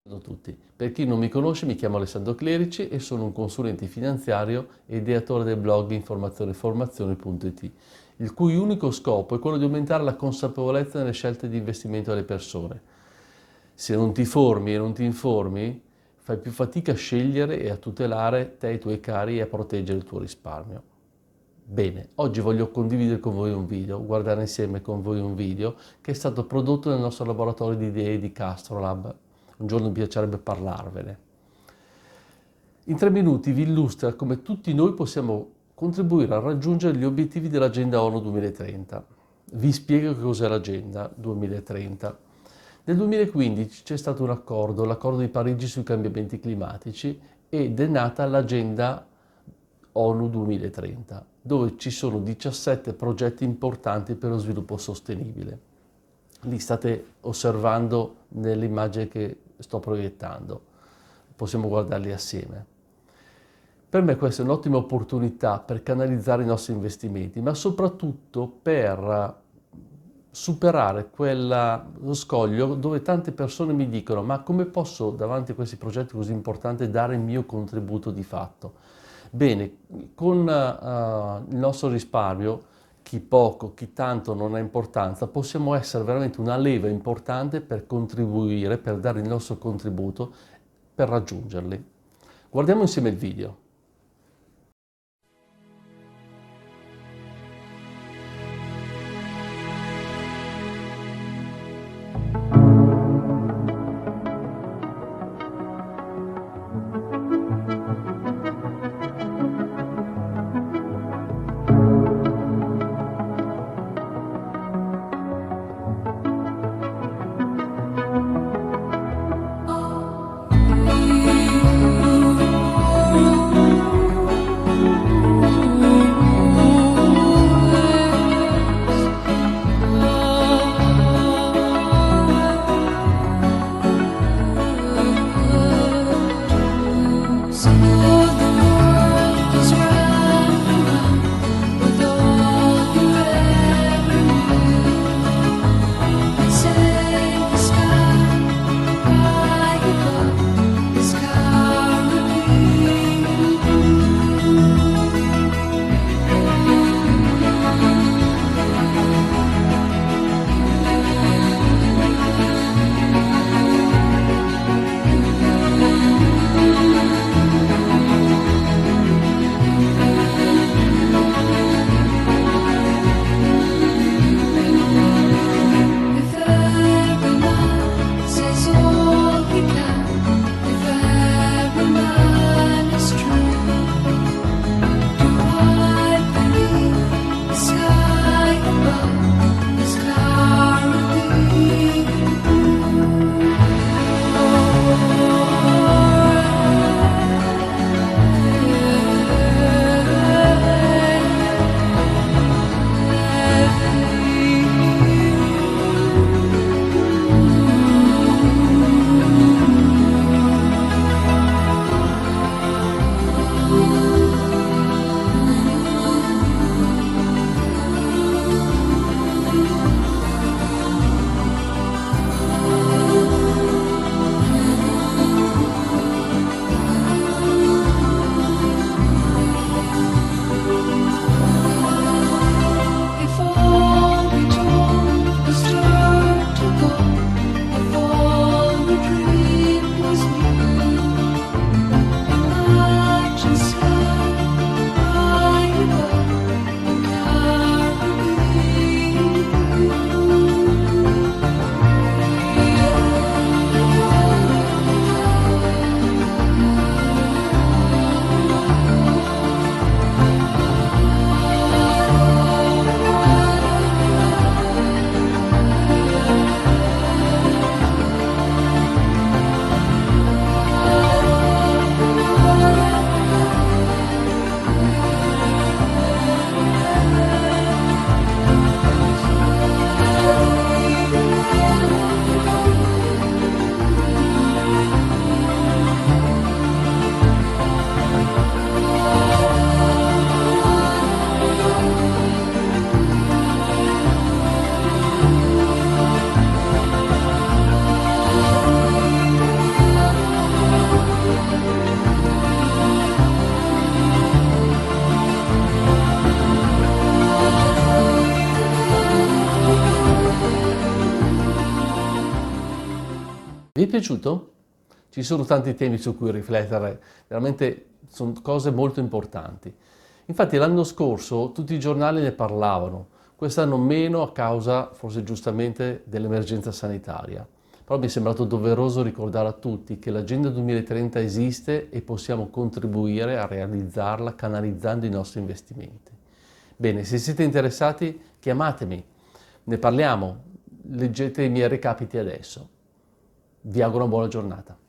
Ciao a tutti. Per chi non mi conosce, mi chiamo Alessandro Clerici e sono un consulente finanziario e ideatore del blog informazioneformazione.it, il cui unico scopo è quello di aumentare la consapevolezza nelle scelte di investimento delle persone. Se non ti formi e non ti informi, fai più fatica a scegliere e a tutelare te e i tuoi cari e a proteggere il tuo risparmio. Bene, oggi voglio condividere con voi un video, guardare insieme con voi un video che è stato prodotto nel nostro laboratorio di idee di Castrolab. Un giorno mi piacerebbe parlarvene. In 3 minuti vi illustra come tutti noi possiamo contribuire a raggiungere gli obiettivi dell'Agenda ONU 2030. Vi spiego che cos'è l'Agenda 2030. Nel 2015 c'è stato un accordo, l'accordo di Parigi sui cambiamenti climatici, ed è nata l'Agenda ONU 2030, dove ci sono 17 progetti importanti per lo sviluppo sostenibile. Li state osservando nell'immagine che sto proiettando, possiamo guardarli assieme. Per me questa è un'ottima opportunità per canalizzare i nostri investimenti, ma soprattutto per superare lo scoglio dove tante persone mi dicono: ma come posso davanti a questi progetti così importanti dare il mio contributo di fatto? Bene, con il nostro risparmio, chi poco, chi tanto non ha importanza, possiamo essere veramente una leva importante per contribuire, per dare il nostro contributo, per raggiungerli. Guardiamo insieme il video. piaciuto? Ci sono tanti temi su cui riflettere, veramente sono cose molto importanti. Infatti l'anno scorso tutti i giornali ne parlavano, quest'anno meno a causa, forse giustamente, dell'emergenza sanitaria. Però mi è sembrato doveroso ricordare a tutti che l'Agenda 2030 esiste e possiamo contribuire a realizzarla canalizzando i nostri investimenti. Bene, se siete interessati, chiamatemi, ne parliamo, leggete i miei recapiti adesso. Vi auguro una buona giornata.